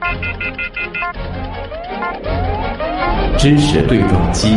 知识对撞机。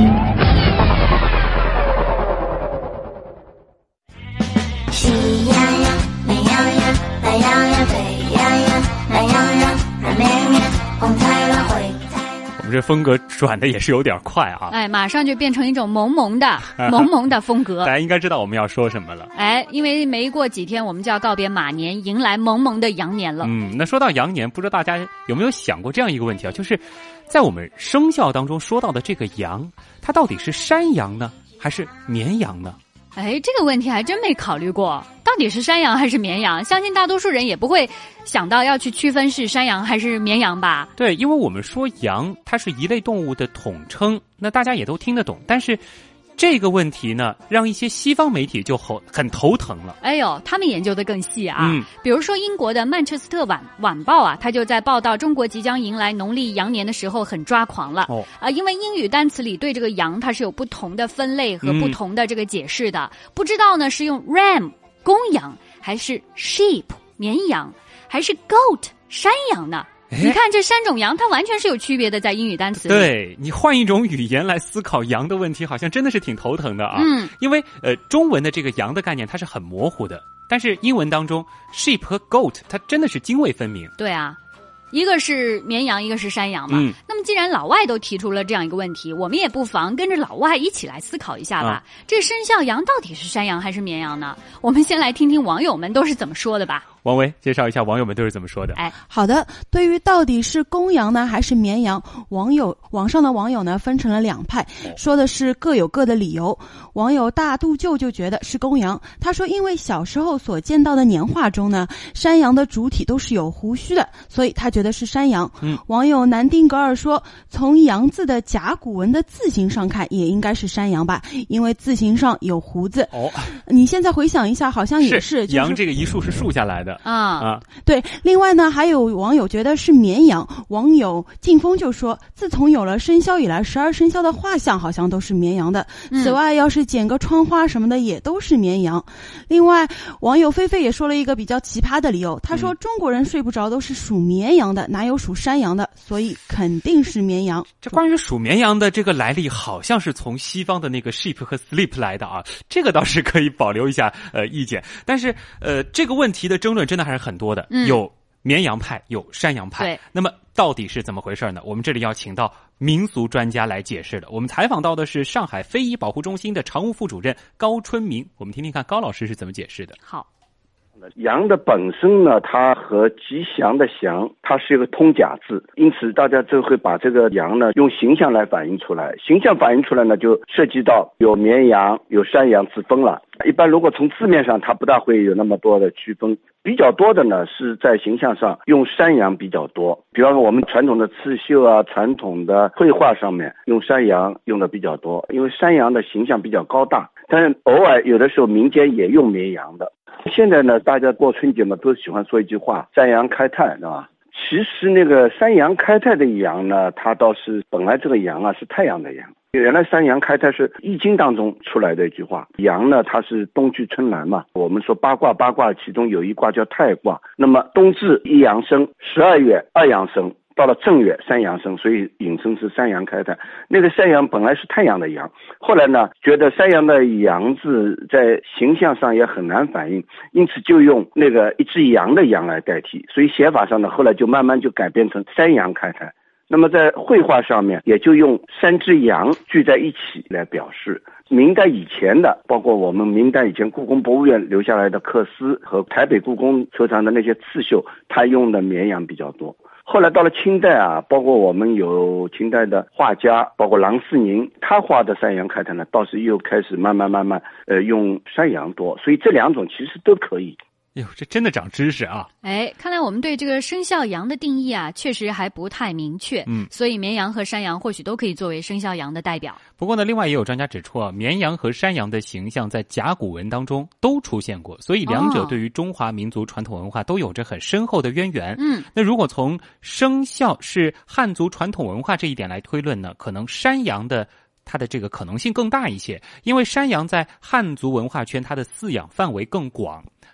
喜羊羊、美羊羊、懒羊羊、沸羊羊、懒羊羊、软绵绵、红太狼、灰太狼。 我们这风格转的也是有点快啊！ 哎，马上就变成一种萌萌的风格。 大家应该知道我们要说什么了。 哎，因为没过几天我们就要告别马年，迎来萌萌的羊年了。 那说到羊年，不知道大家有没有想过这样一个问题啊，就是在我们生肖当中说到的这个羊，它到底是山羊呢，还是绵羊呢？ 哎，这个问题还真没考虑过，到底是山羊还是绵羊？相信大多数人也不会想到要去区分是山羊还是绵羊吧？ 对，因为我们说羊，它是一类动物的统称，那大家也都听得懂。但是这个问题呢，让一些西方媒体就很头疼了。 哎呦，他们研究的更细啊。比如说英国的曼彻斯特晚报啊，他就在报道中国即将迎来农历羊年的时候很抓狂了。因为英语单词里对这个羊它是有不同的分类和不同的这个解释的，不知道呢是用 ram 公羊，还是 sheep 绵羊，还是 goat 山羊呢？你看这3种羊它完全是有区别的，在英语单词里。 对，你换一种语言来思考羊的问题，好像真的是挺头疼的啊。因为中文的这个羊的概念它是很模糊的，但是英文当中 sheep 和 goat 它真的是泾渭分明。 对啊，一个是绵羊，一个是山羊嘛。那么既然老外都提出了这样一个问题，我们也不妨跟着老外一起来思考一下吧。这生肖羊到底是山羊还是绵羊呢？我们先来听听网友们都是怎么说的吧。 王维介绍一下网友们都是怎么说的。 好的，对于到底是公羊呢还是绵羊，网上的网友呢分成了2派，说的是各有各的理由。网友大肚舅就觉得是公羊，他说因为小时候所见到的年画中呢，山羊的主体都是有胡须的，所以他觉得是山羊。网友南丁格尔说，从羊字的甲骨文的字形上看，也应该是山羊吧，因为字形上有胡子。你现在回想一下，好像也是羊这个一竖是竖下来的。 对。另外呢，还有网友觉得是绵羊，网友劲风就说，自从有了生肖以来，12生肖的画像好像都是绵羊的。此外，要是剪个窗花什么的，也都是绵羊。另外，网友菲菲也说了一个比较奇葩的理由，他说中国人睡不着都是属绵羊的，哪有属山羊的，所以肯定是绵羊。 这关于属绵羊的这个来历，好像是从西方的那个 sheep 和 sleep 来的啊，这个倒是可以保留一下意见。但是这个问题的争论真的还是很多的，有绵羊派，有山羊派。 对， 那么到底是怎么回事呢？我们这里要请到民俗专家来解释的。我们采访到的是上海非遗保护中心的常务副主任高春明，我们听听看高老师是怎么解释的。 好。 羊的本身呢，它和吉祥的祥，它是一个通假字，因此大家就会把这个羊呢用形象来反映出来。形象反映出来呢，就涉及到有绵羊、有山羊之分了。一般如果从字面上，它不大会有那么多的区分。比较多的呢，是在形象上用山羊比较多。比方说我们传统的刺绣啊、传统的绘画上面用山羊用的比较多，因为山羊的形象比较高大。但是偶尔有的时候民间也用绵羊的。现在呢，大家过春节嘛，都喜欢说一句话，三羊开泰，对吧？其实那个三羊开泰的羊呢，它倒是本来这个羊啊是太阳的羊。原来三羊开泰是易经当中出来的一句话。羊呢，它是冬去春来嘛，我们说八卦其中有一卦叫太卦。那么冬至一阳生，12月2阳生，到了正月3阳生，所以引申是三羊开泰。那个山羊本来是太阳的阳，后来呢觉得山羊的羊字在形象上也很难反映，因此就用那个一只羊的羊来代替，所以写法上呢后来就慢慢就改变成三羊开泰。那么在绘画上面也就用3只羊聚在一起来表示。明代以前的，包括我们明代以前故宫博物院留下来的缂丝和台北故宫收藏的那些刺绣，它用的绵羊比较多。后来到了清代啊，包括我们有清代的画家，包括郎世宁，他画的三羊开泰呢，倒是又开始慢慢用山羊多，所以这2种其实都可以。 哟，这真的长知识啊！ 哎，看来我们对这个生肖羊的定义啊，确实还不太明确。所以绵羊和山羊或许都可以作为生肖羊的代表。 不过呢，另外也有专家指出啊，绵羊和山羊的形象在甲骨文当中都出现过，所以两者对于中华民族传统文化都有着很深厚的渊源。那如果从生肖是汉族传统文化这一点来推论呢，可能山羊的它的这个可能性更大一些，因为山羊在汉族文化圈它的饲养范围更广。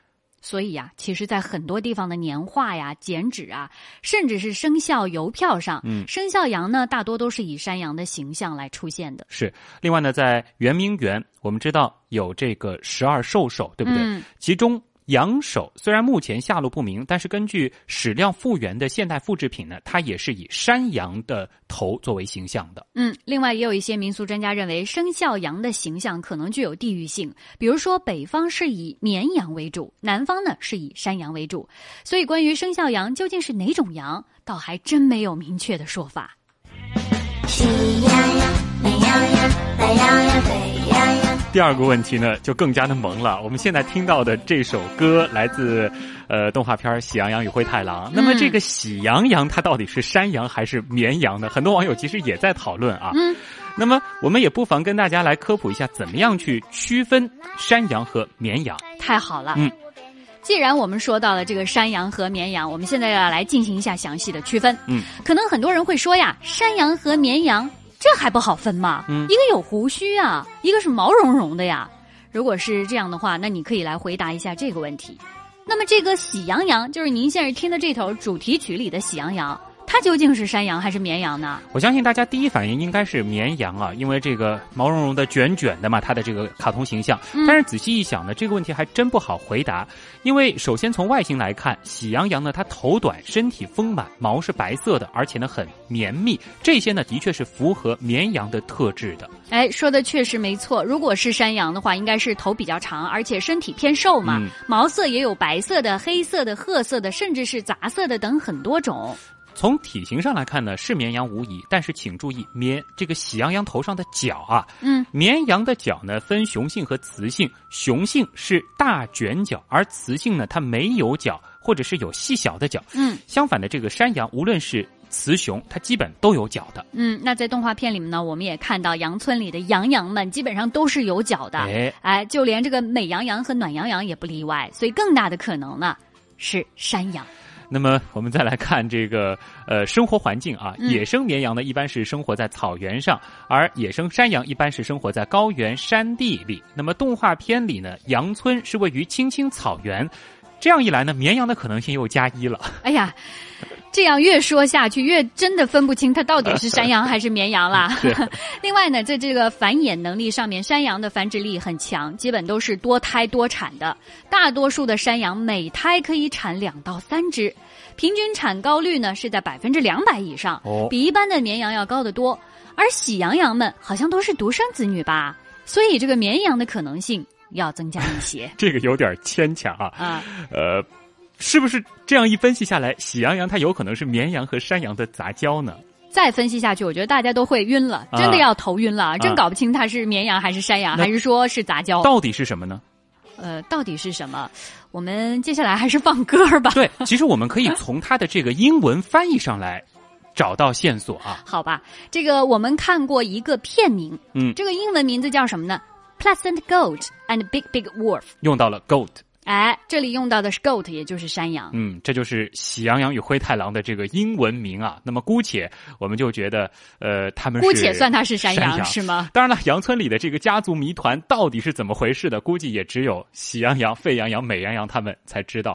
所以呀，其实在很多地方的年画呀、剪纸啊，甚至是生肖邮票上，生肖羊呢大多都是以山羊的形象来出现的。 是。另外呢，在圆明园，我们知道有这个12兽首，对不对？其中羊首虽然目前下落不明，但是根据史料复原的现代复制品呢，它也是以山羊的头作为形象的。 另外也有一些民俗专家认为，生肖羊的形象可能具有地域性，比如说北方是以绵羊为主，南方呢是以山羊为主。所以关于生肖羊究竟是哪种羊，倒还真没有明确的说法。 喜羊羊、美羊羊、懒羊羊、沸羊羊。 第二个问题呢，就更加的萌了。我们现在听到的这首歌来自动画片《喜羊羊与灰太狼》。那么这个喜羊羊它到底是山羊还是绵羊呢？很多网友其实也在讨论啊。那么我们也不妨跟大家来科普一下，怎么样去区分山羊和绵羊。 太好了。既然我们说到了这个山羊和绵羊，我们现在要来进行一下详细的区分。可能很多人会说呀，山羊和绵羊这还不好分吗？一个有胡须啊，一个是毛茸茸的呀。如果是这样的话，那你可以来回答一下这个问题。那么这个喜羊羊，就是您现在听的这头主题曲里的喜羊羊，它究竟是山羊还是绵羊呢？ 我相信大家第一反应应该是绵羊啊，因为这个毛茸茸的卷卷的嘛，它的这个卡通形象。但是仔细一想呢，这个问题还真不好回答。因为首先从外形来看，喜羊羊呢它头短，身体丰满，毛是白色的，而且呢很绵密，这些呢的确是符合绵羊的特质的。 说的确实没错。如果是山羊的话，应该是头比较长，而且身体偏瘦嘛，毛色也有白色的、黑色的、褐色的，甚至是杂色的等很多种。 从体型上来看呢，是绵羊无疑，但是请注意，这个喜羊羊头上的角啊，绵羊的角呢分雄性和雌性，雄性是大卷角，而雌性呢它没有角，或者是有细小的角。相反的，这个山羊无论是雌雄，它基本都有角的。 那在动画片里面呢，我们也看到羊村里的羊羊们基本上都是有角的。就连这个美羊羊和暖羊羊也不例外，所以更大的可能呢是山羊。 那么我们再来看这个生活环境啊，野生绵羊呢一般是生活在草原上，而野生山羊一般是生活在高原山地里。那么动画片里呢，羊村是位于青青草原，这样一来呢，绵羊的可能性又加1了。 哎呀，这样越说下去越真的分不清它到底是山羊还是绵羊啦。另外呢，在这个繁衍能力上面，山羊的繁殖力很强，基本都是多胎多产的。大多数的山羊每胎可以产2到3只，平均产高率呢是在200%以上，比一般的绵羊要高得多。而喜羊羊们好像都是独生子女吧，所以这个绵羊的可能性要增加一些。 这个有点牵强啊。是不是这样一分析下来，喜羊羊它有可能是绵羊和山羊的杂交呢？ 再分析下去，我觉得大家都会晕了，真的要头晕了，真搞不清它是绵羊还是山羊，还是说是杂交。 到底是什么呢？ 到底是什么？我们接下来还是放歌吧。 对，其实我们可以从它的这个英文翻译上来找到线索啊。 好吧，这个我们看过一个片名，这个英文名字叫什么呢？ Pleasant Goat and Big Big Wolf， 用到了 goat。这里用到的是 goat， 也就是山羊。 这就是喜羊羊与灰太狼的这个英文名啊。那么姑且我们就觉得，他们是姑且算它是山羊是吗？ 当然了，羊村里的这个家族谜团到底是怎么回事的，估计也只有喜羊羊、沸羊羊、美羊羊他们才知道。